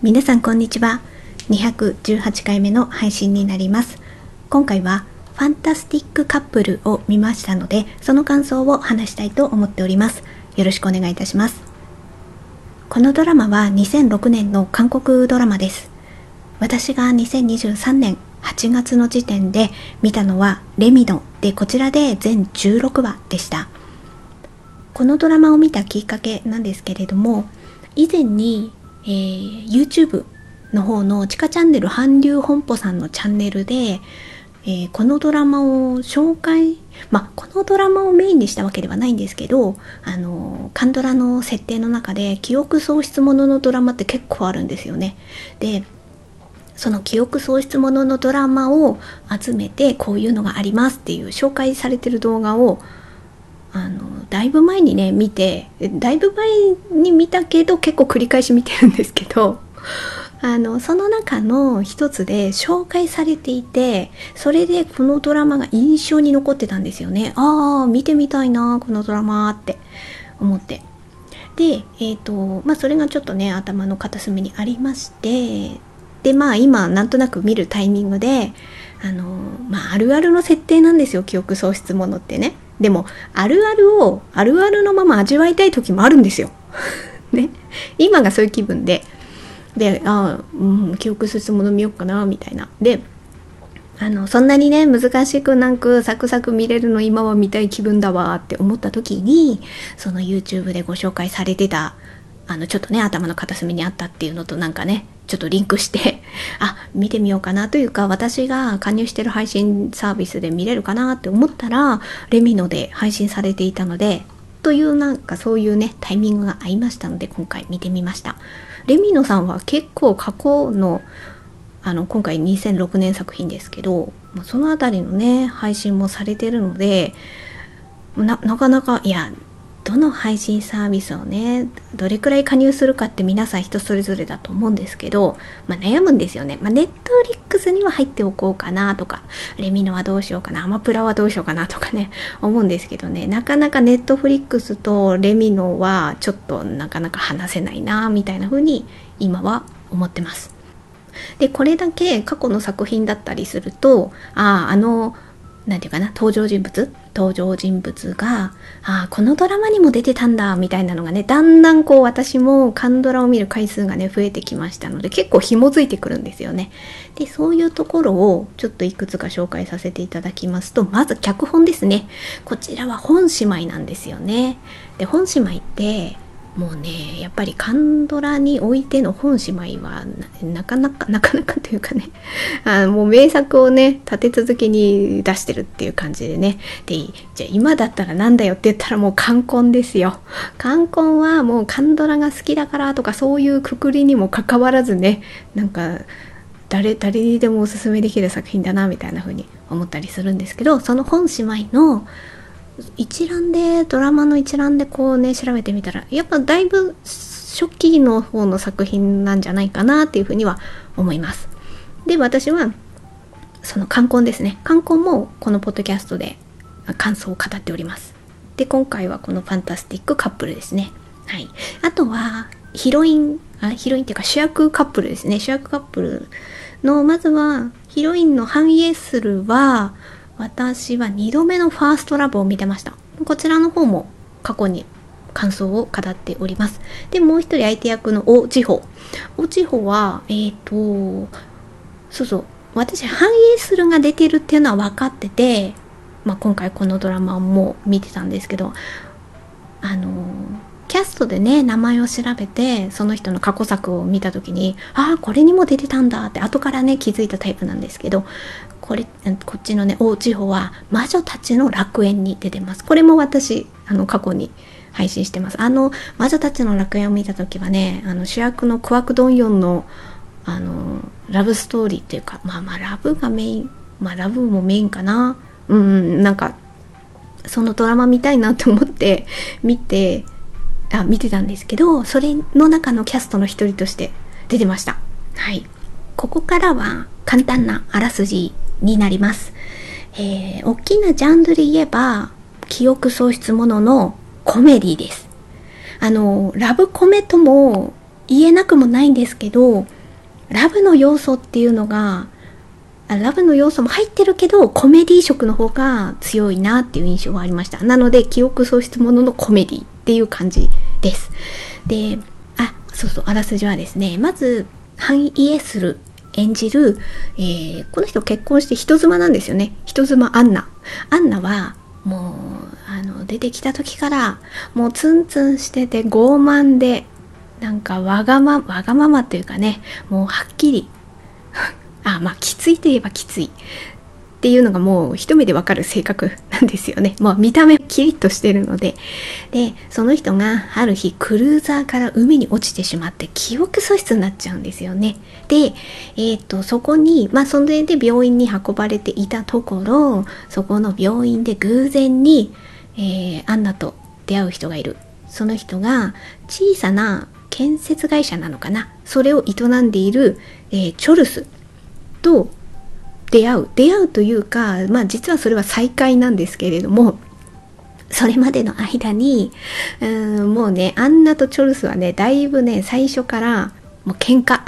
皆さんこんにちは。218回目の配信になります。今回はファンタスティックカップルを見ましたので、その感想を話したいと思っております。よろしくお願いいたします。このドラマは2006年の韓国ドラマです。私が2023年8月の時点で見たのはレミノで、こちらで全16話でした。このドラマを見たきっかけなんですけれども、以前にYouTube の方のちかチャンネル韓流本舗さんのチャンネルで、このドラマを紹介、このドラマをメインにしたわけではないんですけど、韓ドラの設定の中で記憶喪失もののドラマって結構あるんですよね。で、その記憶喪失もののドラマを集めてこういうのがありますっていう紹介されてる動画をだいぶ前にね見て、だいぶ前に見たけど結構繰り返し見てるんですけど、その中の一つで紹介されていて、それでこのドラマが印象に残ってたんですよね。見てみたいなこのドラマって思って、でそれがちょっとね頭の片隅にありまして、で今なんとなく見るタイミングであるあるの設定なんですよ、記憶喪失ものってね。でもあるあるをあるあるのまま味わいたい時もあるんですよね。今がそういう気分で記憶喪失もの見ようかなみたいな。でそんなにね難しくなくサクサク見れるの今は見たい気分だわって思った時に、その YouTube でご紹介されてたちょっとね頭の片隅にあったっていうのとなんかねちょっとリンクして見てみようかなというか、私が加入してる配信サービスで見れるかなって思ったらレミノで配信されていたので、というなんかそういうねタイミングが合いましたので今回見てみました。レミノさんは結構過去の今回2006年作品ですけど、そのあたりのね配信もされてるので、なかなかどの配信サービスをねどれくらい加入するかって皆さん人それぞれだと思うんですけど、悩むんですよね。ネットフリックスには入っておこうかなとか、レミノはどうしようかな、アマプラはどうしようかなとかね思うんですけどね、なかなかネットフリックスとレミノはちょっとなかなか話せないなみたいな風に今は思ってます。でこれだけ過去の作品だったりすると、なんていうかな、登場人物がこのドラマにも出てたんだみたいなのがね、だんだん私もカンドラを見る回数がね増えてきましたので、結構紐づいてくるんですよね。でそういうところをちょっといくつか紹介させていただきますと、まず脚本ですね。こちらは本姉妹なんですよね。で本姉妹ってもうねやっぱりカンドラにおいての本姉妹はなかなかというかねもう名作をね立て続けに出してるっていう感じでね。でじゃあ今だったらなんだよって言ったらもうカンコンですよ。カンコンはもうカンドラが好きだからとかそういうくくりにもかかわらずね、なんか誰にでもおすすめできる作品だなみたいな風に思ったりするんですけど、その本姉妹のドラマの一覧で調べてみたら、やっぱだいぶ初期の方の作品なんじゃないかなっていうふうには思います。で私はその冠婚ですね、冠婚もこのポッドキャストで感想を語っております。で今回はこのファンタスティックカップルですね。はい。あとはヒロインっていうか主役カップルですね。主役カップルのまずはヒロインのハン・イェスルは、私は2度目のファーストラブを見てました。こちらの方も過去に感想を語っております。でもう一人相手役のオ・ジホは私ハン・イェスルが出てるっていうのは分かってて、今回このドラマも見てたんですけど、キャストでね名前を調べてその人の過去作を見た時にこれにも出てたんだって後からね気づいたタイプなんですけど、こっちのねオ・ジホは魔女たちの楽園に出てます。これも私過去に配信してます。魔女たちの楽園を見た時はね、主役のクワクドンヨンのラブストーリーっていうか、ラブがメイン、ラブもメインかな、なんかそのドラマ見たいなと思って見てたんですけど、それの中のキャストの一人として出てました。はい。ここからは簡単なあらすじになります。大きなジャンルで言えば記憶喪失もののコメディです。ラブコメとも言えなくもないんですけど、 ラブの要素っていうのが、ラブの要素も入ってるけど、コメディ色の方が強いなっていう印象がありました。なので、記憶喪失もののコメディっていう感じです。で、あらすじはですね、まず、ハン・イエスル演じる、この人結婚して人妻なんですよね。人妻アンナ。アンナは、もう、出てきた時から、もうツンツンしてて傲慢で、なんかわがままっていうかね、もうはっきり、きついといえばきつい。っていうのがもう一目でわかる性格なんですよね。もう見た目キリッとしてるので。で、その人がある日クルーザーから海に落ちてしまって記憶喪失になっちゃうんですよね。で、そこに、それで病院に運ばれていたところ、そこの病院で偶然に、アンナと出会う人がいる。その人が小さな建設会社なのかな。それを営んでいる、チョルスと出会うというか、実はそれは再会なんですけれども、それまでの間に、もうね、アンナとチョルスはね、だいぶね、最初からもう喧嘩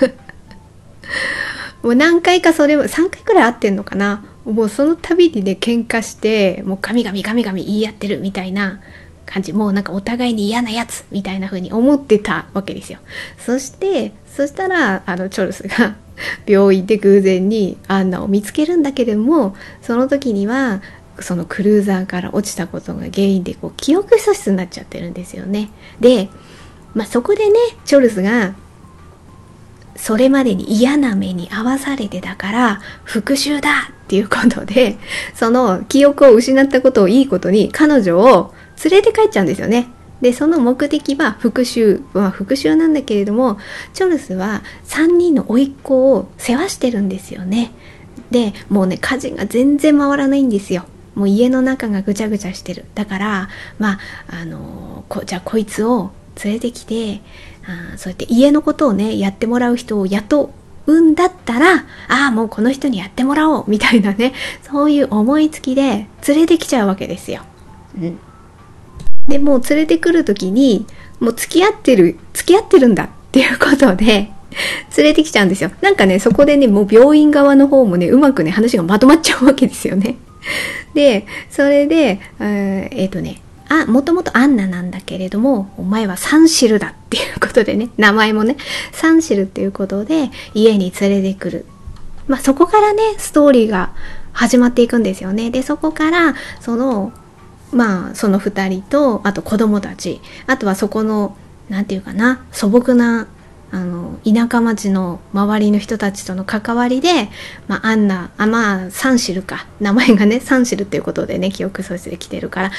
もう何回か、それも3回くらい会ってんのかな。もうその度にね、喧嘩して、もうガミガミ言い合ってるみたいな感じ。もうなんかお互いに嫌なやつみたいな風に思ってたわけですよ。そしたらチョルスが病院で偶然にアンナを見つけるんだけれども、その時にはそのクルーザーから落ちたことが原因で記憶喪失になっちゃってるんですよね。で、そこでね、チョルスがそれまでに嫌な目に遭わされてたから復讐だっていうことで、その記憶を失ったことをいいことに彼女を連れて帰っちゃうんですよね。で、その目的は復讐。復讐なんだけれども、チョルスは3人の甥っ子を世話してるんですよね。で、もうね、家事が全然回らないんですよ。もう家の中がぐちゃぐちゃしてる。だから、じゃあこいつを連れてきて、そうやって家のことをね、やってもらう人を雇うんだったら、もうこの人にやってもらおうみたいなね、そういう思いつきで連れてきちゃうわけですよ。で、もう連れてくるときに、もう付き合ってるんだっていうことで、連れてきちゃうんですよ。なんかね、そこでね、もう病院側の方もね、うまくね、話がまとまっちゃうわけですよね。で、それで、もともとアンナなんだけれども、お前はサンシルだっていうことでね、名前もね、サンシルっていうことで家に連れてくる。そこからね、ストーリーが始まっていくんですよね。で、そこから、その二人と、あと子供たち、あとはそこの、なんていうかな、素朴な、田舎町の周りの人たちとの関わりで、アンナ、サンシルか。名前がね、サンシルっていうことでね、記憶喪失で来てるから、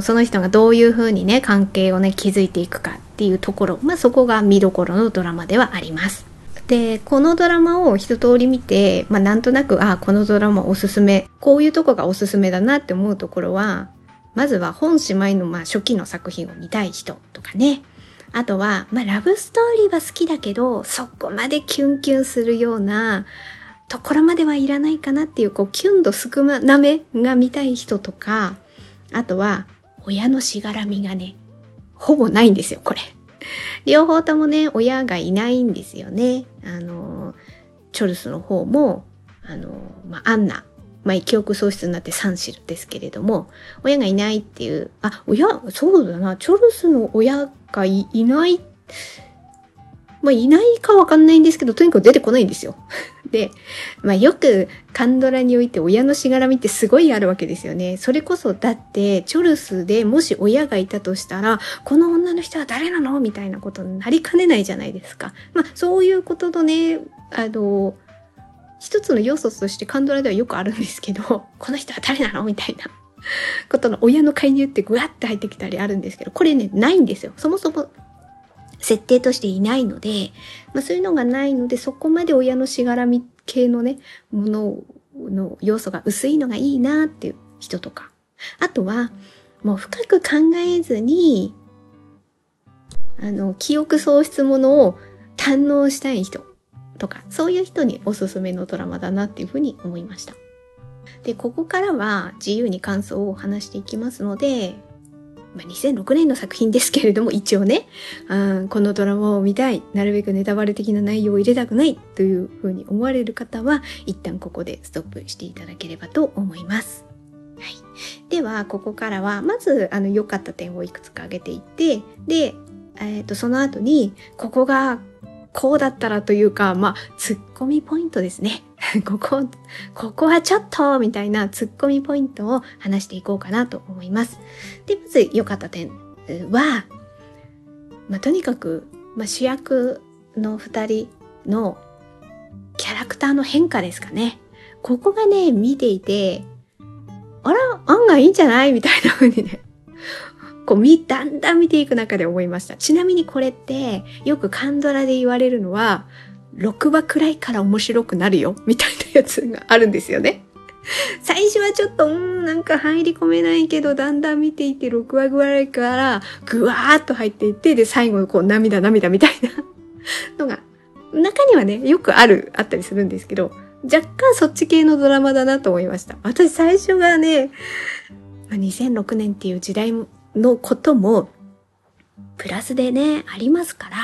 その人がどういう風にね、関係をね、築いていくかっていうところ、そこが見どころのドラマではあります。で、このドラマを一通り見て、なんとなく、このドラマおすすめ、こういうとこがおすすめだなって思うところは、まずは本姉妹の初期の作品を見たい人とかね。あとは、ラブストーリーは好きだけど、そこまでキュンキュンするようなところまではいらないかなっていう、キュン度少なめが見たい人とか、あとは、親のしがらみがね、ほぼないんですよ、これ。両方ともね、親がいないんですよね。チョルスの方も、アンナ、記憶喪失になってサンシルですけれども、親がいないっていう、そうだな、チョルスの親がいない、いないかわかんないんですけど、とにかく出てこないんですよ。で、よくカンドラにおいて親のしがらみってすごいあるわけですよね。それこそだって、チョルスでもし親がいたとしたら、この女の人は誰なのみたいなことになりかねないじゃないですか。そういうことのね、一つの要素としてカンドラではよくあるんですけど、この人は誰なのみたいなことの親の介入ってぐわって入ってきたりあるんですけど、これね、ないんですよ。そもそも設定としていないので、そういうのがないので、そこまで親のしがらみ系のね、ものの要素が薄いのがいいなっていう人とか。あとは、もう深く考えずに、記憶喪失ものを堪能したい人とか、そういう人におすすめのドラマだなっていうふうに思いました。で、ここからは自由に感想を話していきますので、 2006年の作品ですけれども、一応ね、このドラマを見たい、なるべくネタバレ的な内容を入れたくないというふうに思われる方は、一旦ここでストップしていただければと思います。はい。では、ここからは、まず、良かった点をいくつか挙げていって、で、その後に、ここが、こうだったらというか、ツッコミポイントですね。ここはちょっとみたいなツッコミポイントを話していこうかなと思います。で、まず良かった点は、とにかく、主役の2人のキャラクターの変化ですかね。ここがね、見ていて、あら、案外いいんじゃないみたいな風にね、だんだん見ていく中で思いました。ちなみにこれって、よくカンドラで言われるのは、6話くらいから面白くなるよ、みたいなやつがあるんですよね。最初はちょっと、なんか入り込めないけど、だんだん見ていて、6話ぐらいから、ぐわーっと入っていって、で、最後涙みたいなのが、中にはね、よくあったりするんですけど、若干そっち系のドラマだなと思いました。私最初がね、2006年っていう時代のこともプラスでねありますから、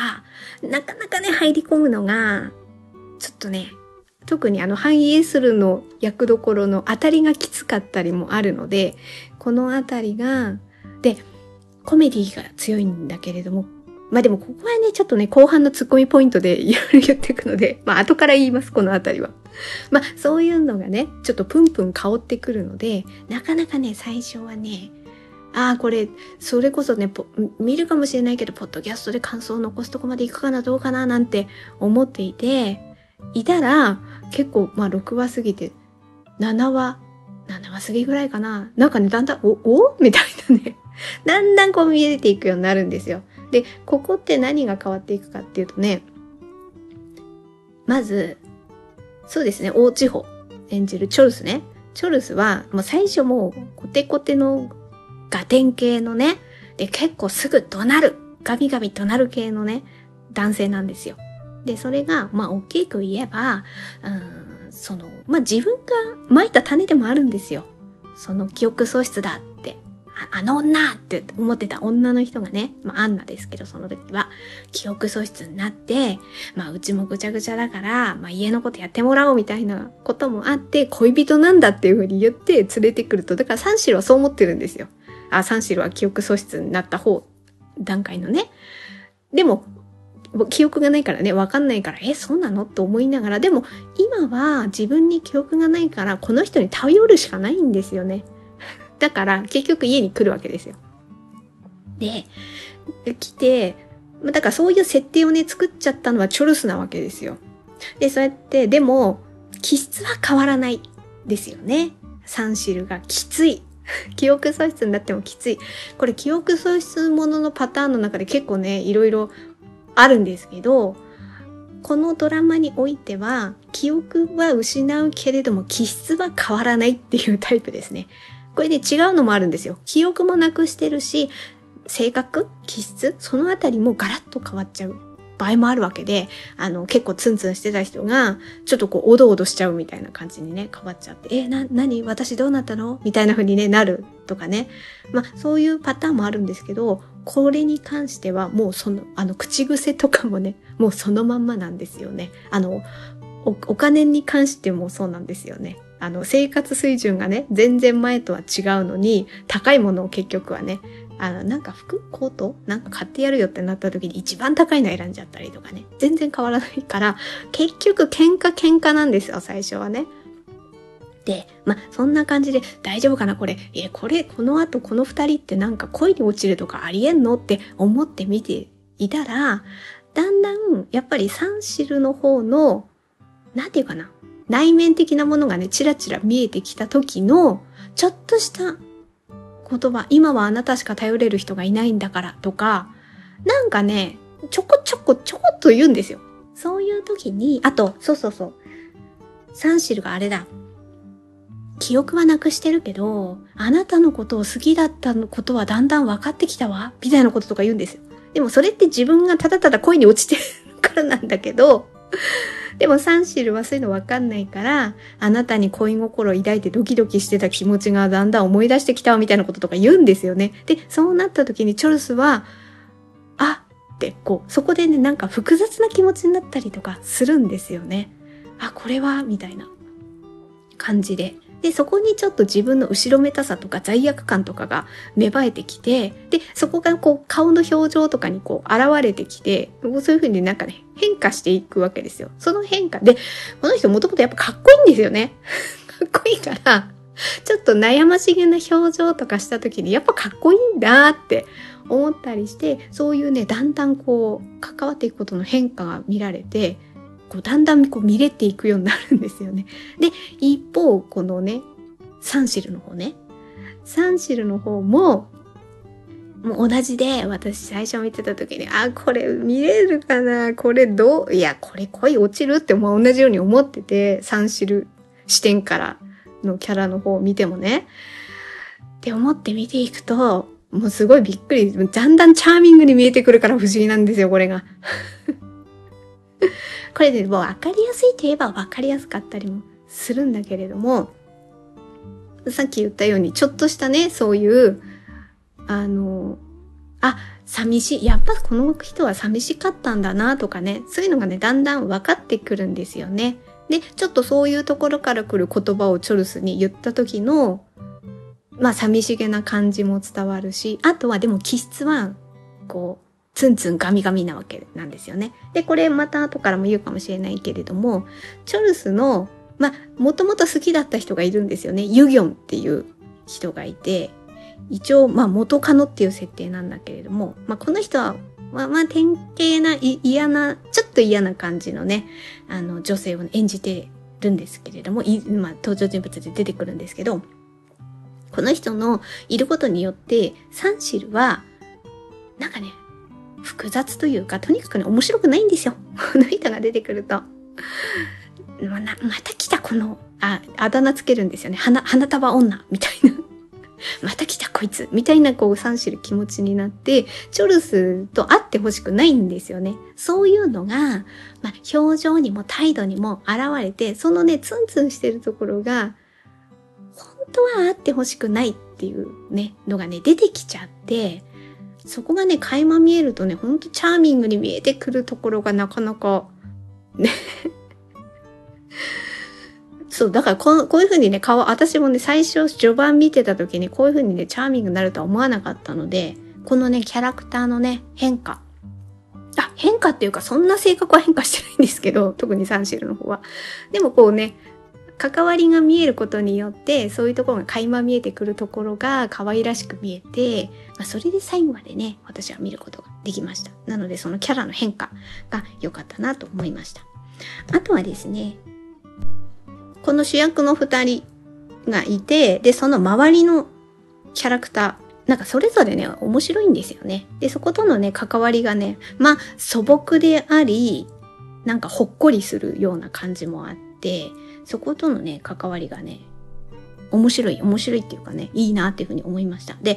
なかなかね入り込むのがちょっとね、特にハン・イエスルの役どころのあたりがきつかったりもあるので、このあたりがでコメディが強いんだけれども、でもここはねちょっとね後半のツッコミポイントでいろいろ言っていくので、後から言います。このあたりはそういうのがねちょっとプンプン香ってくるので、なかなかね最初はね、これそれこそね見るかもしれないけど、ポッドキャストで感想を残すとこまでいくかなどうかななんて思っていたら、結構6話過ぎて7話過ぎぐらいかな、なんかねだんだんみたいなねだんだん見えていくようになるんですよ。で、ここって何が変わっていくかっていうとね、まずそうですね、大地方演じるチョルスね。チョルスはもう最初もうコテコテのガテン系のね、で結構すぐガビガビ怒鳴る系のね男性なんですよ。でそれが大きく言えば、自分が蒔いた種でもあるんですよ。その記憶喪失だって、あの女って思ってた女の人がね、アンナですけど、その時は記憶喪失になって、うちもぐちゃぐちゃだから、家のことやってもらおうみたいなこともあって、恋人なんだっていう風に言って連れてくると、だからサンシルはそう思ってるんですよ。サンシルは記憶喪失になった方段階のね。でも記憶がないからね、わかんないから、そうなのと思いながら、でも今は自分に記憶がないから、この人に頼るしかないんですよね。だから結局家に来るわけですよ。で、来て、だからそういう設定をね、作っちゃったのはチョルスなわけですよ。で、そうやって、でも、気質は変わらないですよね。サンシルがきつい。記憶喪失になってもきつい。これ記憶喪失もののパターンの中で結構ね、いろいろあるんですけど、このドラマにおいては、記憶は失うけれども気質は変わらないっていうタイプですね。これね、違うのもあるんですよ。記憶もなくしてるし、性格、気質、そのあたりもガラッと変わっちゃう場合もあるわけで、結構ツンツンしてた人が、ちょっとおどおどしちゃうみたいな感じにね、変わっちゃって、何私どうなったのみたいな風にね、なるとかね。そういうパターンもあるんですけど、これに関してはもう口癖とかもね、もうそのまんまなんですよね。お金に関してもそうなんですよね。生活水準がね、全然前とは違うのに、高いものを結局はね、なんかコートなんか買ってやるよってなった時に一番高いの選んじゃったりとかね、全然変わらないから、結局喧嘩なんですよ、最初はね。で、そんな感じで大丈夫かなこれ、この後この二人ってなんか恋に落ちるとかありえんのって思って見ていたら、だんだんやっぱりサンシルの方の、なんていうかな、内面的なものがね、ちらちら見えてきた時の、ちょっとした言葉、今はあなたしか頼れる人がいないんだからとか、なんかね、ちょこっと言うんですよ。そういう時に、あと、そう。サンシルがあれだ。記憶はなくしてるけど、あなたのことを好きだったことはだんだん分かってきたわ、みたいなこととか言うんですよ。でもそれって自分がただただ恋に落ちてるからなんだけど、 でもサンシルはそういうの分かんないから、あなたに恋心を抱いてドキドキしてた気持ちがだんだん思い出してきたわみたいなこととか言うんですよね。で、そうなった時にチョルスは、あってこう、そこでね、なんか複雑な気持ちになったりとかするんですよね。あ、これはみたいな感じで。で、そこにちょっと自分の後ろめたさとか罪悪感とかが芽生えてきて、で、そこがこう顔の表情とかにこう現れてきて、そういう風になんかね、変化していくわけですよ。その変化で、この人もともとやっぱかっこいいんですよね。かっこいいから、ちょっと悩ましげな表情とかした時にやっぱかっこいいんだって思ったりして、そういうね、だんだんこう関わっていくことの変化が見られて、こうだんだんこう見れていくようになるんですよね。で、一方、このね、サンシルの方ね。サンシルの方もう同じで、私最初見てた時に、あ、これ見れるかな、これどう、いや、これ恋落ちるってもう同じように思ってて、サンシル視点からのキャラの方を見てもね。って思って見ていくと、もうすごいびっくり。だんだんチャーミングに見えてくるから不思議なんですよ、これが。これでもう分かりやすいといえば分かりやすかったりもするんだけれども、さっき言ったようにちょっとしたね、そういう寂しい、やっぱこの人は寂しかったんだなとかね、そういうのがね、だんだん分かってくるんですよね。で、ちょっとそういうところから来る言葉をチョルスに言った時の、寂しげな感じも伝わるし、あとはでも気質はこうツンツンガミガミなわけなんですよね。で、これまた後からも言うかもしれないけれども、チョルスのもともと好きだった人がいるんですよね。ユギョンっていう人がいて、一応元カノっていう設定なんだけれども、この人は典型な嫌な、ちょっと嫌な感じのね、女性を演じてるんですけれども、登場人物で出てくるんですけど、この人のいることによってサンシルはなんかね、複雑というか、とにかくね、面白くないんですよ。この人が出てくると。また来たこの、あだ名つけるんですよね。花束女みたいな。また来たこいつみたいなこうサンシル気持ちになって、チョルスと会ってほしくないんですよね。そういうのが、表情にも態度にも現れて、そのね、ツンツンしてるところが、本当は会ってほしくないっていうね、のがね、出てきちゃって、そこがね、垣間見えるとね、ほんとチャーミングに見えてくるところがなかなか、ね。そう、だからこういう風にね、私もね、最初序盤見てた時にこういう風にね、チャーミングになるとは思わなかったので、このね、キャラクターのね、変化っていうか、そんな性格は変化してないんですけど、特にサンシルの方は。でもこうね、関わりが見えることによって、そういうところが垣間見えてくるところが可愛らしく見えて、それで最後までね、私は見ることができました。なので、そのキャラの変化が良かったなと思いました。あとはですね、この主役の2人がいて、で、その周りのキャラクター、なんかそれぞれね、面白いんですよね。で、そことのね、関わりがね、素朴であり、なんかほっこりするような感じもあって、そことのね、関わりがね、面白いっていうかね、いいなっていうふうに思いました。で、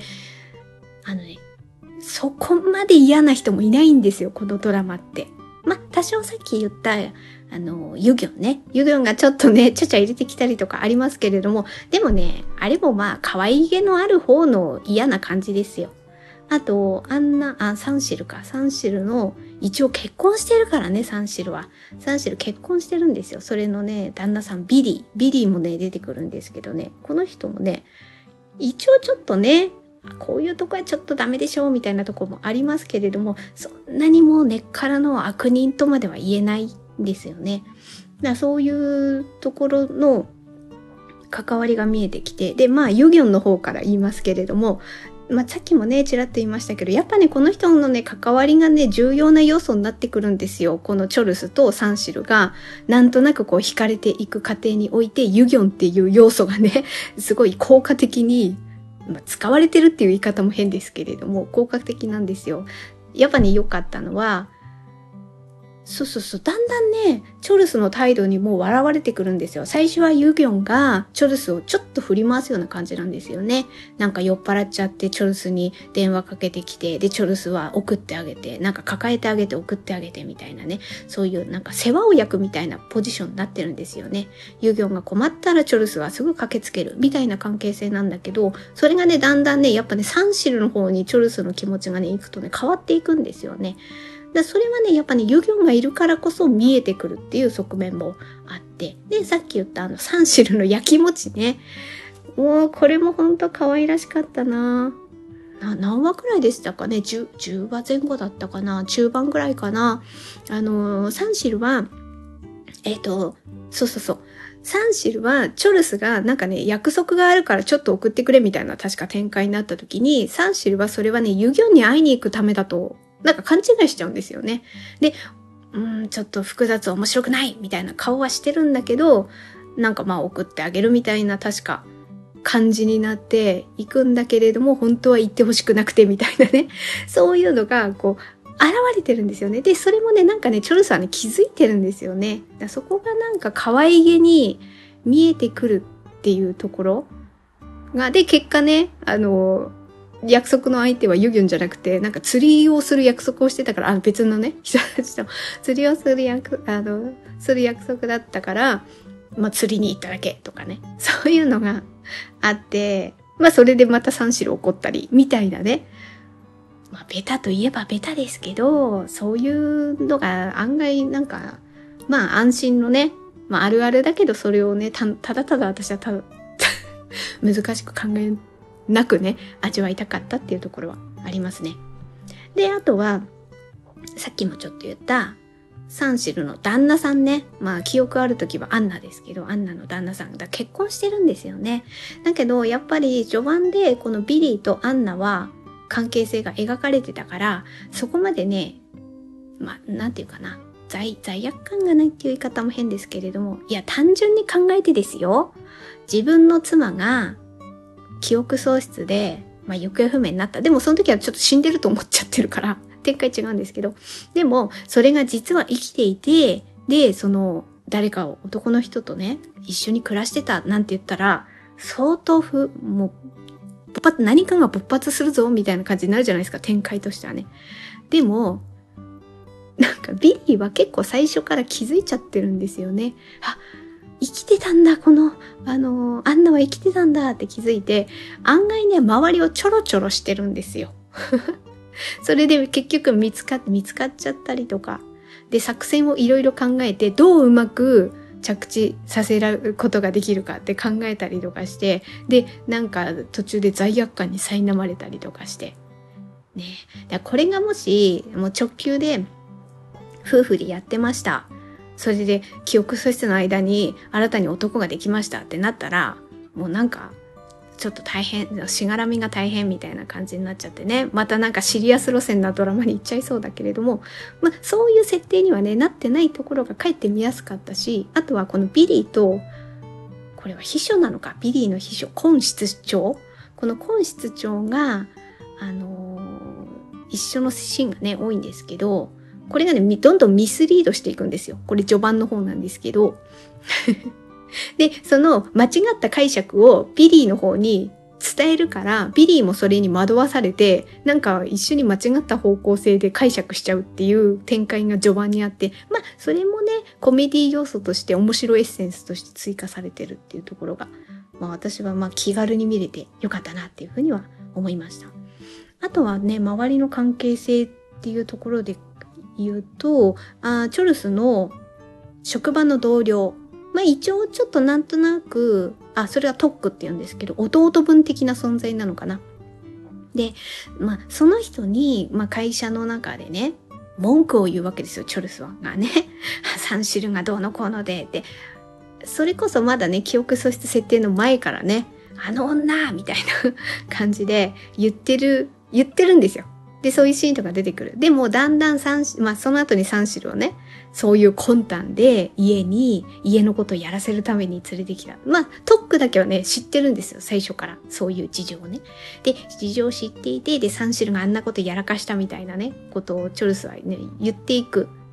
そこまで嫌な人もいないんですよ、このドラマって。多少さっき言った、ユギョンがちょっとね、ちゃちゃ入れてきたりとかありますけれども、でもね、あれも可愛げのある方の嫌な感じですよ。あと、サンシルの、一応結婚してるからね、サンシル結婚してるんですよ。それのね、旦那さん、ビリーもね、出てくるんですけどね、この人もね、一応ちょっとね、こういうとこはちょっとダメでしょ、みたいなとこもありますけれども、そんなにもう根っからの悪人とまでは言えないんですよね。だからそういうところの関わりが見えてきて、で、ユギョンの方から言いますけれども、さっきもね、ちらっと言いましたけど、やっぱね、この人のね、関わりがね、重要な要素になってくるんですよ。このチョルスとサンシルが、なんとなくこう、惹かれていく過程において、ユギョンっていう要素がね、すごい効果的に、使われてるっていう言い方も変ですけれども、効果的なんですよ。やっぱね、良かったのは、 だんだんね、チョルスの態度にもう笑われてくるんですよ。最初はユギョンがチョルスをちょっと振り回すような感じなんですよね。なんか酔っ払っちゃってチョルスに電話かけてきて、で、チョルスは送ってあげて、なんか抱えてあげて送ってあげてみたいなね。そういうなんか世話を焼くみたいなポジションになってるんですよね。ユギョンが困ったらチョルスはすぐ駆けつけるみたいな関係性なんだけど、それがね、だんだんね、やっぱね、サンシルの方にチョルスの気持ちがね、行くとね、変わっていくんですよね。それはね、やっぱね、ユギョンがいるからこそ見えてくるっていう側面もあって。で、さっき言ったサンシルの焼き餅ね。もう、これもほんと可愛らしかったな。何話くらいでしたかね。10話前後だったかな。中盤くらいかな。サンシルは、サンシルは、チョルスがなんかね、約束があるからちょっと送ってくれみたいな確か展開になった時に、サンシルはそれはね、ユギョンに会いに行くためだと、なんか勘違いしちゃうんですよね。で、ちょっと複雑面白くないみたいな顔はしてるんだけど、なんかまあ送ってあげるみたいな確か感じになっていくんだけれども、本当は言ってほしくなくてみたいなね。そういうのがこう、現れてるんですよね。で、それもね、なんかね、チョルスはね、気づいてるんですよね。そこがなんか可愛げに見えてくるっていうところが、で、結果ね、約束の相手はユギョンじゃなくて、なんか釣りをする約束をしてたから、別のね、人たちと釣りをする約束だったから、まあ釣りに行っただけとかね、そういうのがあって、まあそれでまたサンシル怒ったり、みたいなね。まあベタといえばベタですけど、そういうのが案外なんか、まあ安心のね、まああるあるだけどそれをね、ただ私は難しく考えなくね、味わいたかったっていうところはありますね。で、あとは、さっきもちょっと言った、サンシルの旦那さんね。まあ、記憶あるときはアンナですけど、アンナの旦那さんが結婚してるんですよね。だけど、やっぱり序盤でこのビリーとアンナは関係性が描かれてたから、そこまでね、まあ、なんていうかな、罪悪感がないっていう言い方も変ですけれども、いや、単純に考えてですよ。自分の妻が、記憶喪失で、まあ、行方不明になった。でもその時はちょっと死んでると思っちゃってるから、展開違うんですけど。でも、それが実は生きていて、で、誰か男の人とね、一緒に暮らしてたなんて言ったら、相当もう、何かが勃発するぞ、みたいな感じになるじゃないですか、展開としてはね。でも、なんかビリーは結構最初から気づいちゃってるんですよね。生きてたんだ、アンナは生きてたんだって気づいて、案外ね、周りをちょろちょろしてるんですよ。それで結局見つかっちゃったりとか。で、作戦をいろいろ考えて、どううまく着地させることができるかって考えたりとかして、で、なんか途中で罪悪感に苛まれたりとかして。ね。これがもし、もう直球で夫婦でやってました。それで記憶喪失の間に新たに男ができましたってなったら、もうなんかちょっと大変、しがらみが大変みたいな感じになっちゃってね、またなんかシリアス路線なドラマに行っちゃいそうだけれども、まあそういう設定にはね、なってないところがかえって見やすかったし、あとはこのビリーと、これは秘書なのか、ビリーの秘書、コン室長、このコン室長が、一緒のシーンがね、多いんですけど、これがね、どんどんミスリードしていくんですよ。これ序盤の方なんですけど。で、その間違った解釈をビリーの方に伝えるから、ビリーもそれに惑わされて、なんか一緒に間違った方向性で解釈しちゃうっていう展開が序盤にあって、まあ、それもね、コメディ要素として面白いエッセンスとして追加されてるっていうところが、まあ私はまあ気軽に見れてよかったなっていうふうには思いました。あとはね、周りの関係性っていうところで言うと、チョルスの職場の同僚。まあ一応ちょっとなんとなく、それはトックって言うんですけど、弟分的な存在なのかな。で、まあその人に、まあ会社の中でね、文句を言うわけですよ、チョルスは。がね、サンシルがどうのこうので、って、それこそまだね、記憶喪失設定の前からね、あの女みたいな感じで言ってるんですよ。で、そういうシーンとか出てくる。でも、だんだんまあ、その後にサンシルをね、そういう魂胆で家のことをやらせるために連れてきた。まあ、トックだけはね、知ってるんですよ、最初から。そういう事情をね。で、事情を知っていて、で、サンシルがあんなことやらかしたみたいなね、ことをチョルスはね、言っていく。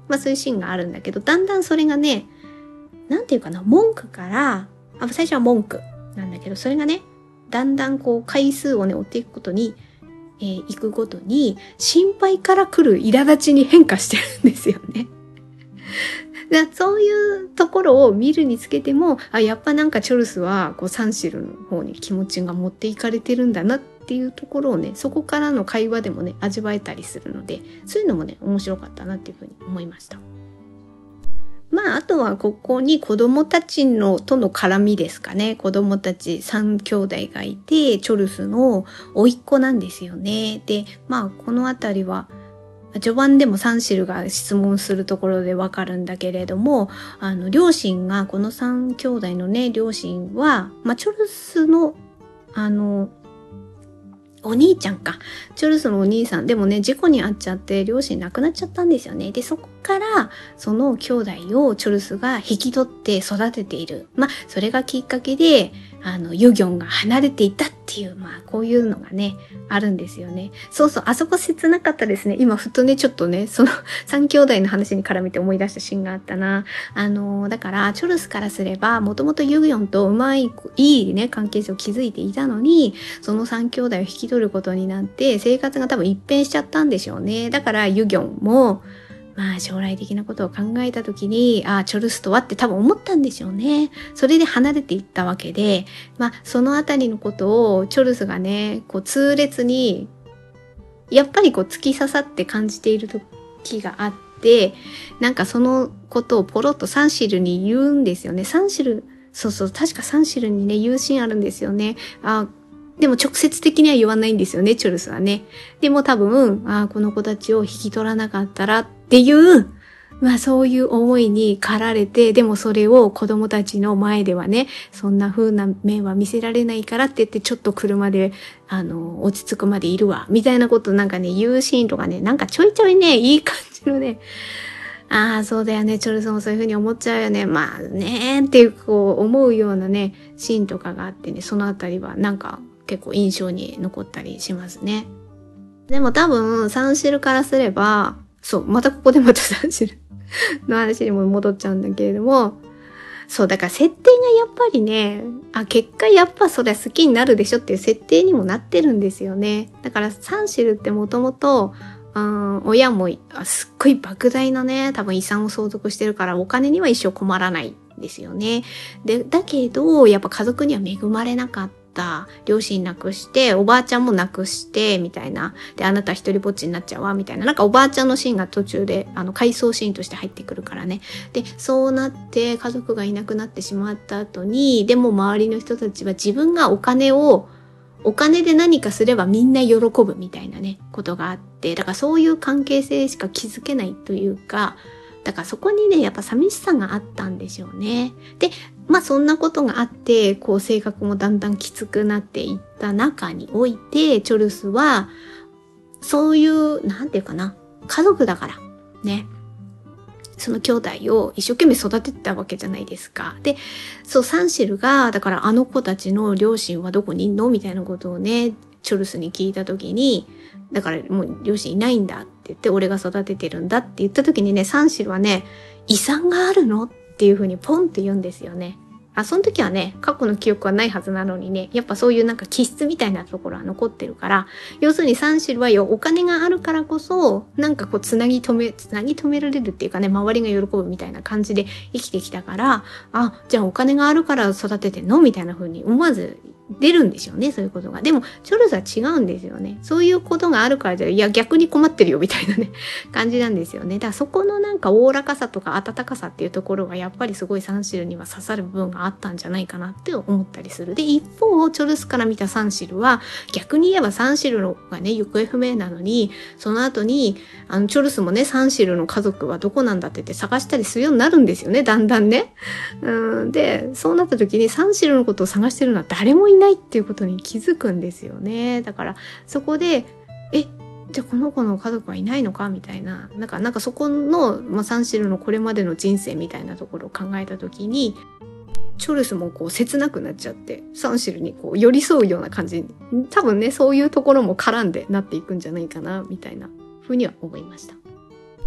まあそういうシーンがあるんだけど、だんだんそれがね、なんていうかな、文句から、最初は文句なんだけど、それがね、だんだんこう回数をね、追っていくことに、行くごとに、心配から来る苛立ちに変化してるんですよね。そういうところを見るにつけても、やっぱなんかチョルスはこうサンシルの方に気持ちが持っていかれてるんだなっていうところをね、そこからの会話でもね、味わえたりするので、そういうのもね、面白かったなっていうふうに思いました。まあ、あとはここに子供たちとの絡みですかね。子供たち3兄弟がいて、チョルスの甥っ子なんですよね。で、まあ、このあたりは、序盤でもサンシルが質問するところでわかるんだけれども、両親が、この3兄弟のね、両親は、まあ、チョルスの、お兄ちゃんか。チョルスのお兄さん。でもね、事故に遭っちゃって、両親亡くなっちゃったんですよね。で、そこから、その兄弟をチョルスが引き取って育てている。まあ、それがきっかけで、ユギョンが離れていたっていう、まあ、こういうのがね、あるんですよね。そうそう、あそこ切なかったですね。今、ふとね、ちょっとね、その3兄弟の話に絡めて思い出したシーンがあったな。だから、チョルスからすれば、もともとユギョンといいね、関係性を築いていたのに、その3兄弟を引き取ることになって、生活が多分一変しちゃったんでしょうね。だから、ユギョンも、まあ将来的なことを考えたときに、チョルスとはって多分思ったんでしょうね。それで離れていったわけで、まあそのあたりのことをチョルスがね、こう痛烈に、やっぱりこう突き刺さって感じている時があって、なんかそのことをポロッとサンシルに言うんですよね。サンシル、そうそう、確かサンシルにね、言うシーンあるんですよね。でも直接的には言わないんですよね、チョルスはね。でも多分、この子たちを引き取らなかったらっていう、まあそういう思いに駆られて、でもそれを子供たちの前ではね、そんな風な面は見せられないからって言って、ちょっと車で、落ち着くまでいるわ、みたいなことなんかね、言うシーンとかね、なんかちょいちょいね、いい感じのね、そうだよね、チョルスもそういう風に思っちゃうよね、まあねっていう、こう思うようなね、シーンとかがあってね、そのあたりはなんか、結構印象に残ったりしますね。でも多分、サンシルからすれば、そう、またここでまたサンシルの話にも戻っちゃうんだけれども、そう、だから設定がやっぱりね、結果やっぱそりゃ好きになるでしょっていう設定にもなってるんですよね。だからサンシルってもともと、親もすっごい莫大なね、多分遺産を相続してるからお金には一生困らないんですよね。で、だけど、やっぱ家族には恵まれなかった。両親亡くしておばあちゃんも亡くしてみたいなであなた一人ぼっちになっちゃうわみたいななんかおばあちゃんのシーンが途中で回想シーンとして入ってくるからねでそうなって家族がいなくなってしまった後にでも周りの人たちは自分がお金で何かすればみんな喜ぶみたいなねことがあってだからそういう関係性しか築けないというかだからそこにねやっぱ寂しさがあったんでしょうねでまあそんなことがあって、こう性格もだんだんきつくなっていった中において、チョルスは、そういう、なんていうかな、家族だから、ね。その兄弟を一生懸命育ててたわけじゃないですか。で、そう、サンシルが、だからあの子たちの両親はどこにいんのみたいなことをね、チョルスに聞いたときに、だからもう両親いないんだって言って、俺が育ててるんだって言ったときにね、サンシルはね、遺産があるのっていう風にポンって言うんですよね。その時はね、過去の記憶はないはずなのにね、やっぱそういうなんか気質みたいなところは残ってるから、要するにサンシルはお金があるからこそ、なんかこうつなぎ止められるっていうかね、周りが喜ぶみたいな感じで生きてきたから、じゃあお金があるから育ててんのみたいな風に思わず出るんでしょうね、そういうことが。でも、チョルスは違うんですよね。そういうことがあるからいや、逆に困ってるよ、みたいなね、感じなんですよね。だからそこのなんか、おおらかさとか温かさっていうところが、やっぱりすごいサンシルには刺さる部分があったんじゃないかなって思ったりする。で、一方、チョルスから見たサンシルは、逆に言えばサンシルのがね、行方不明なのに、その後に、チョルスもね、サンシルの家族はどこなんだって言って探したりするようになるんですよね、だんだんね。で、そうなった時にサンシルのことを探してるのは誰もいないっていうことに気づくんですよね。だからそこでじゃあこの子の家族はいないのかみたいななんかそこの、サンシルのこれまでの人生みたいなところを考えた時にチョルスもこう切なくなっちゃってサンシルにこう寄り添うような感じに多分ねそういうところも絡んでなっていくんじゃないかなみたいなふうには思いました。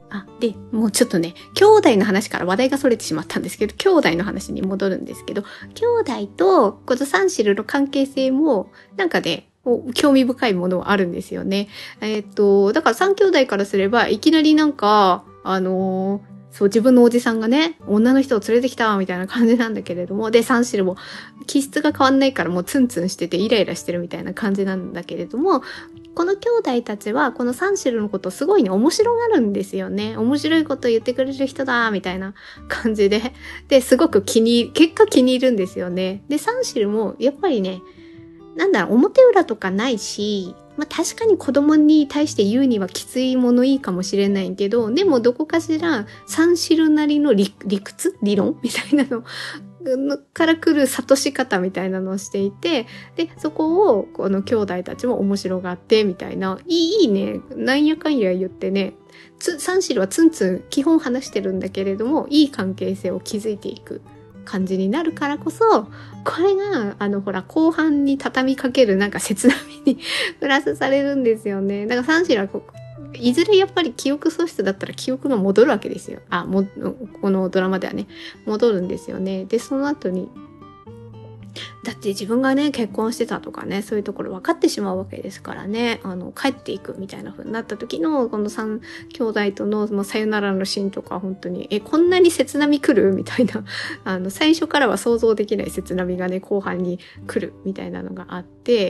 で、もうちょっとね、兄弟の話から話題が逸れてしまったんですけど、兄弟の話に戻るんですけど、兄弟とこのサンシルの関係性も、なんかね、興味深いものはあるんですよね。だから三兄弟からすれば、いきなりなんか、そう、自分のおじさんがね、女の人を連れてきたみたいな感じなんだけれども、で、サンシルも気質が変わんないからもうツンツンしててイライラしてるみたいな感じなんだけれども、この兄弟たちはこのサンシルのことをすごいね、面白がるんですよね。面白いことを言ってくれる人だみたいな感じで、で、すごく結果気に入るんですよね。で、サンシルもやっぱりね、表裏とかないし、確かに子供に対して言うにはきついものいいかもしれないけど、でもどこかしらサンシルなりの理論みたいなのから来る諭し方みたいなのをしていて、で、そこをこの兄弟たちも面白がってみたいな、いいね、なんやかんや言ってね、サンシルはツンツン基本話してるんだけれども、いい関係性を築いていく感じになるからこそ、これが後半に畳みかけるなんか切なみにプラスされるんですよね。だからサンシルはいずれやっぱり記憶喪失だったら記憶が戻るわけですよ。このドラマではね、戻るんですよね。で、その後にだって自分がね、結婚してたとかね、そういうところ分かってしまうわけですからね、帰っていくみたいな風になった時の、この3兄弟との、さよならのシーンとか、本当に、こんなに切なみ来るみたいな、最初からは想像できない切なみがね、後半に来るみたいなのがあって、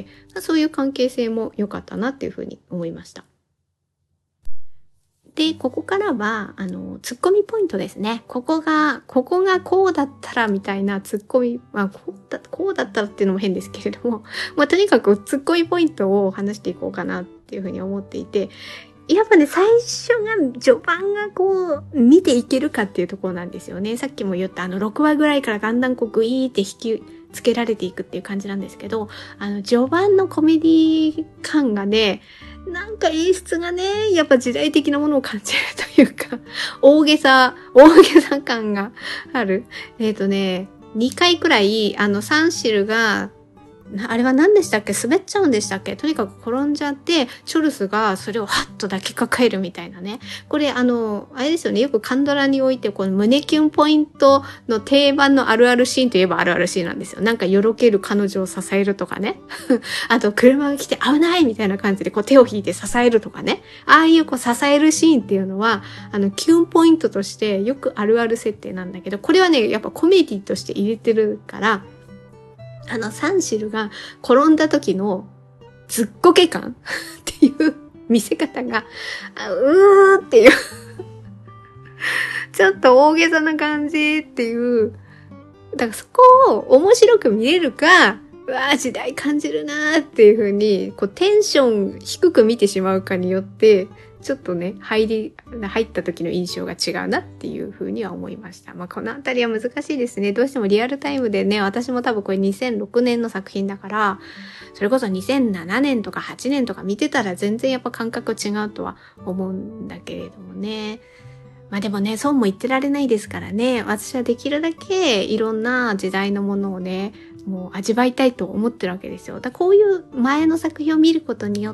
そういう関係性も良かったなっていう風に思いました。で、ここからは、ツッコミポイントですね。ここがこうだったらみたいなツッコミ、こうだったらっていうのも変ですけれども、とにかくツッコミポイントを話していこうかなっていうふうに思っていて、やっぱね、最初が、序盤が見ていけるかっていうところなんですよね。さっきも言った6話ぐらいからだんだんグイーって引きつけられていくっていう感じなんですけど、序盤のコメディ感がね、なんか演出がね、やっぱ時代的なものを感じるというか、大げさ感がある。2回くらい、サンシルが、あれは何でしたっけ？滑っちゃうんでしたっけ？とにかく転んじゃって、チョルスがそれをハッと抱きかかえるみたいなね。これあれですよね。よくカンドラにおいて、この胸キュンポイントの定番のあるあるシーンといえばあるあるシーンなんですよ。なんかよろける彼女を支えるとかね。あと車が来て危ないみたいな感じで手を引いて支えるとかね。ああいう支えるシーンっていうのは、キュンポイントとしてよくあるある設定なんだけど、これはね、やっぱコメディとして入れてるから、サンシルが転んだ時のずっこけ感っていう見せ方が、うーっていうちょっと大げさな感じっていう、だからそこを面白く見れるか、うわー時代感じるなーっていう風に、テンション低く見てしまうかによって、ちょっとね、入った時の印象が違うなっていう風には思いました。このあたりは難しいですね。どうしてもリアルタイムでね、私も多分これ2006年の作品だから、それこそ2007年とか8年とか見てたら全然やっぱ感覚違うとは思うんだけれどもね。でもね、そうも言ってられないですからね。私はできるだけいろんな時代のものをね、もう味わいたいと思ってるわけですよ。だからこういう前の作品を見ることによって、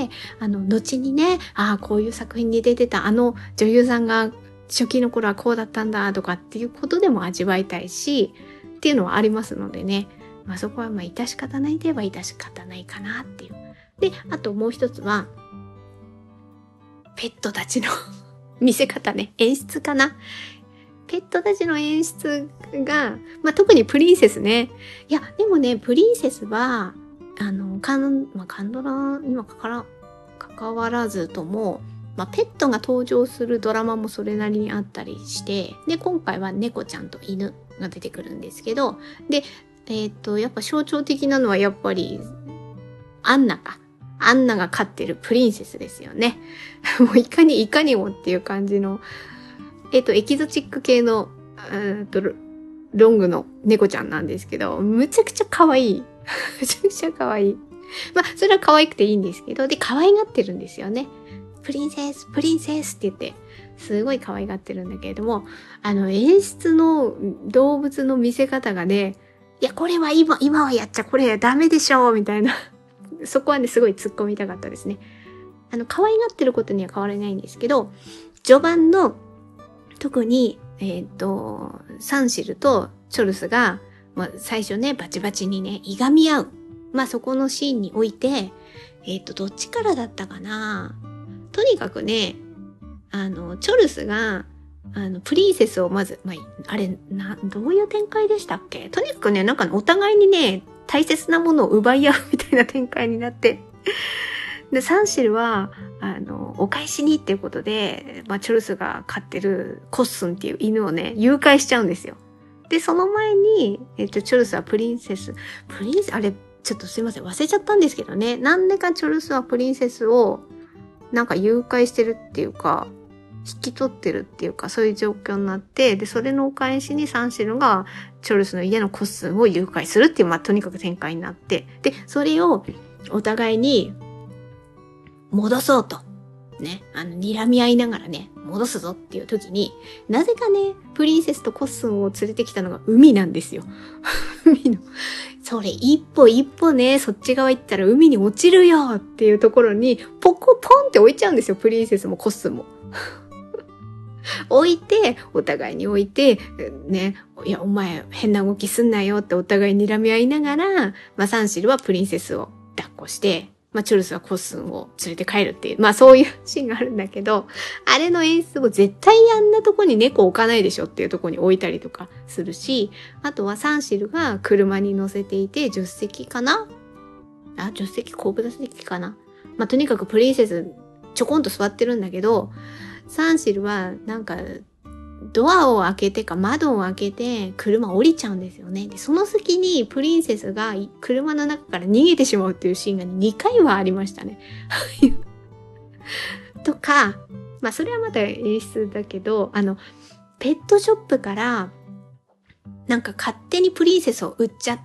後にね、こういう作品に出てた女優さんが初期の頃はこうだったんだとかっていうことでも味わいたいし、っていうのはありますのでね。そこは致し方ないといえば致し方ないかなっていう。で、あともう一つは、ペットたちの見せ方ね、演出かな。ペットたちの演出が、特にプリンセスね。いや、でもね、プリンセスは、カンドラには関わらずとも、ペットが登場するドラマもそれなりにあったりして、で、今回は猫ちゃんと犬が出てくるんですけど、で、やっぱ象徴的なのはやっぱり、アンナが飼ってるプリンセスですよね。もういかにもっていう感じの、エキゾチック系の、ロングの猫ちゃんなんですけど、むちゃくちゃ可愛い。めちゃくちゃ可愛い。それは可愛くていいんですけど、で、可愛がってるんですよね。プリンセスって言って、すごい可愛がってるんだけれども、演出の動物の見せ方がね、いや、これは今はやっちゃこれダメでしょみたいな。そこはね、すごい突っ込みたかったですね。 可愛がってることには変わりないんですけど、序盤の、特に、サンシルとチョルスが、最初ね、バチバチにね、いがみ合う。そこのシーンにおいて、どっちからだったかな。とにかくね、チョルスが、プリンセスをまず、どういう展開でしたっけ？とにかくね、お互いにね、大切なものを奪い合うみたいな展開になって、で、サンシルは、お返しにっていうことで、チョルスが飼ってるコッスンっていう犬をね、誘拐しちゃうんですよ。で、その前に、チョルスはプリンセス、あれ、ちょっとすいません、忘れちゃったんですけどね。なんでかチョルスはプリンセスを、誘拐してるっていうか、引き取ってるっていうか、そういう状況になって、で、それのお返しにサンシルがチョルスの家のコッスンを誘拐するっていう、とにかく展開になって、で、それをお互いに戻そうと。ね、睨み合いながらね、戻すぞっていう時に、なぜかね、プリンセスとコッスンを連れてきたのが海なんですよ。海の。それ一歩ね、そっち側行ったら海に落ちるよっていうところに、ポンって置いちゃうんですよ、プリンセスもコッスンも。お互いに置いて、ね、いや、お前変な動きすんなよってお互い睨み合いながら、サンシルはプリンセスを抱っこして、チョルスはコッスンを連れて帰るっていう、そういうシーンがあるんだけど、あれの演出も絶対あんなとこに猫置かないでしょっていうとこに置いたりとかするし、あとはサンシルが車に乗せていて、助手席かな？助手席後部座席かな？とにかくプリンセスちょこんと座ってるんだけど、サンシルはドアを開けてか窓を開けて車降りちゃうんですよね。で、その隙にプリンセスが車の中から逃げてしまうっていうシーンが2回はありましたね。とか、それはまた演出だけど、ペットショップから勝手にプリンセスを売っちゃって、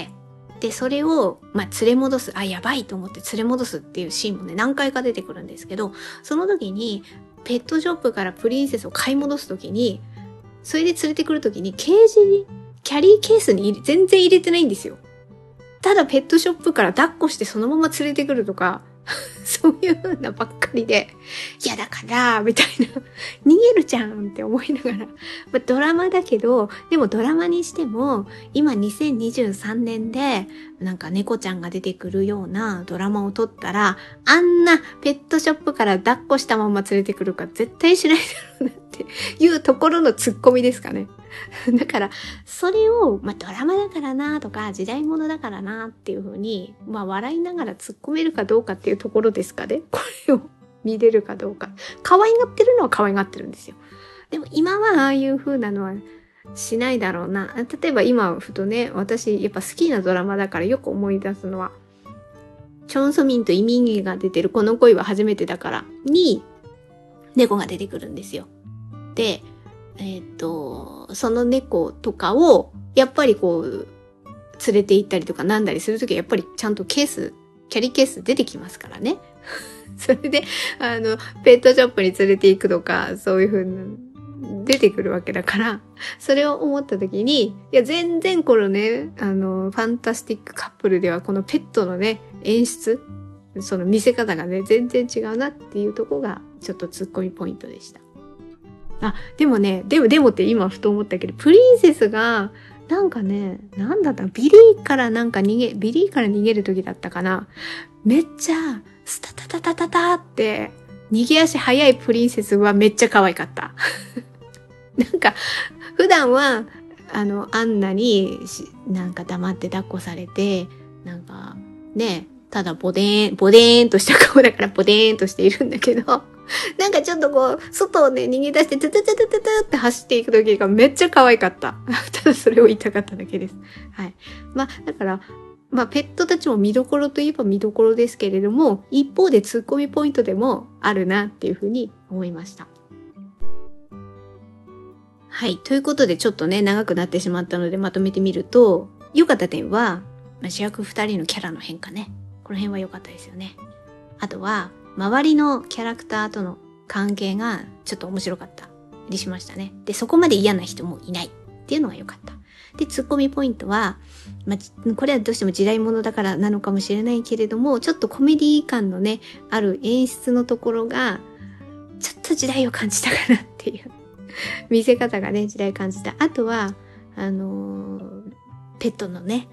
で、それを、連れ戻す。やばいと思って連れ戻すっていうシーンもね、何回か出てくるんですけど、その時に、ペットショップからプリンセスを買い戻す時に、それで連れてくる時に、ケージに、キャリーケースに全然入れてないんですよ。ただペットショップから抱っこしてそのまま連れてくるとか、そういう風なばっかりで、いやだから、みたいな、逃げるじゃんって思いながら、ドラマだけど、でもドラマにしても、今2023年で、猫ちゃんが出てくるようなドラマを撮ったら、あんなペットショップから抱っこしたまま連れてくるか絶対しないだろうなっていうところのツッコミですかね。だから、それを、ドラマだからなとか、時代物だからなっていう風に、笑いながら突っ込めるかどうかっていうところですかね。これを見れるかどうか。可愛がってるのは可愛がってるんですよ。でも今はああいう風なのはしないだろうな。例えば今ふとね、私やっぱ好きなドラマだからよく思い出すのは、チョンソミンとイミンギが出てるこの恋は初めてだからに、猫が出てくるんですよ。で、その猫とかを、やっぱり連れて行ったりとかなんだりするときはやっぱりちゃんとキャリーケース出てきますからね。それで、ペットショップに連れて行くとか、そういう風に出てくるわけだから、それを思ったときに、いや、全然このね、ファンタスティックカップルではこのペットのね、演出、その見せ方がね、全然違うなっていうところが、ちょっとツッコミポイントでした。でもね、でもって今ふと思ったけど、プリンセスが、なんだったビリーから逃げる時だったかな。めっちゃ、スタタタタタタって、逃げ足早いプリンセスはめっちゃ可愛かった。普段は、アンナに、黙って抱っこされて、ただボデーンとした顔だからボデーンとしているんだけど、ちょっと外をね、逃げ出して、トゥトゥトゥトゥトゥトゥって走っていく時がめっちゃ可愛かった。ただそれを言いたかっただけです。はい。だから、ペットたちも見どころといえば見どころですけれども、一方でツッコミポイントでもあるなっていうふうに思いました。はい。ということでちょっとね、長くなってしまったのでまとめてみると、良かった点は、主役2人のキャラの変化ね。この辺は良かったですよね。あとは、周りのキャラクターとの関係がちょっと面白かったりしましたね。で、そこまで嫌な人もいないっていうのが良かった。 で、ツッコミポイントは、これはどうしても時代物だからなのかもしれないけれども、ちょっとコメディ感のね、ある演出のところが、ちょっと時代を感じたかなっていう。見せ方がね、時代感じた。あとは、ペットのね、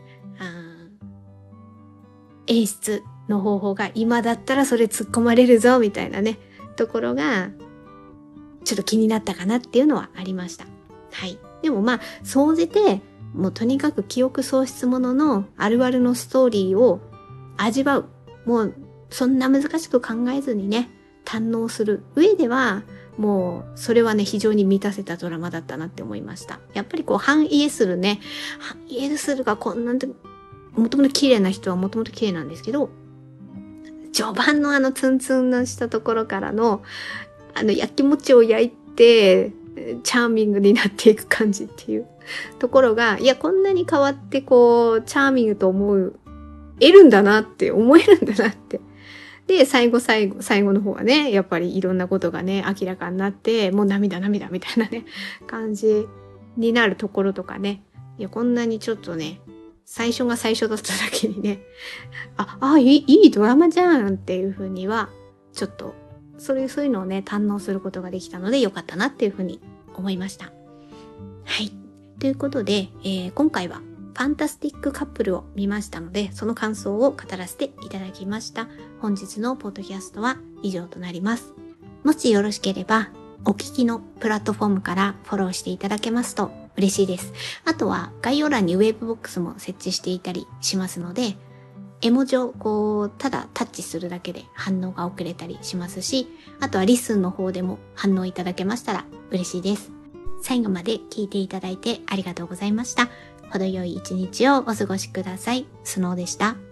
演出の方法が今だったらそれ突っ込まれるぞみたいなねところがちょっと気になったかなっていうのはありました。はい。でも総じてもうとにかく記憶喪失もののあるあるのストーリーを味わう。もうそんな難しく考えずにね堪能する上ではもうそれはね非常に満たせたドラマだったなって思いました。やっぱりハン・イエスルね、ハン・イエスルがこんなんてもともと綺麗な人はもともと綺麗なんですけど、序盤のツンツンのしたところからの、焼き餅を焼いて、チャーミングになっていく感じっていうところが、いや、こんなに変わってチャーミングと得るんだなって、思えるんだなって。で、最後の方はね、やっぱりいろんなことがね、明らかになって、もう涙みたいなね、感じになるところとかね。いや、こんなにちょっとね、最初が最初だっただけにね、いいドラマじゃんっていう風には、ちょっと、そういうのをね、堪能することができたのでよかったなっていう風に思いました。はい。ということで、今回はファンタスティックカップルを見ましたので、その感想を語らせていただきました。本日のポッドキャストは以上となります。もしよろしければ、お聞きのプラットフォームからフォローしていただけますと嬉しいです。あとは概要欄にウェブボックスも設置していたりしますので、絵文字をただタッチするだけで反応が遅れたりしますし、あとはリスンの方でも反応いただけましたら嬉しいです。最後まで聞いていただいてありがとうございました。程よい一日をお過ごしください。スノーでした。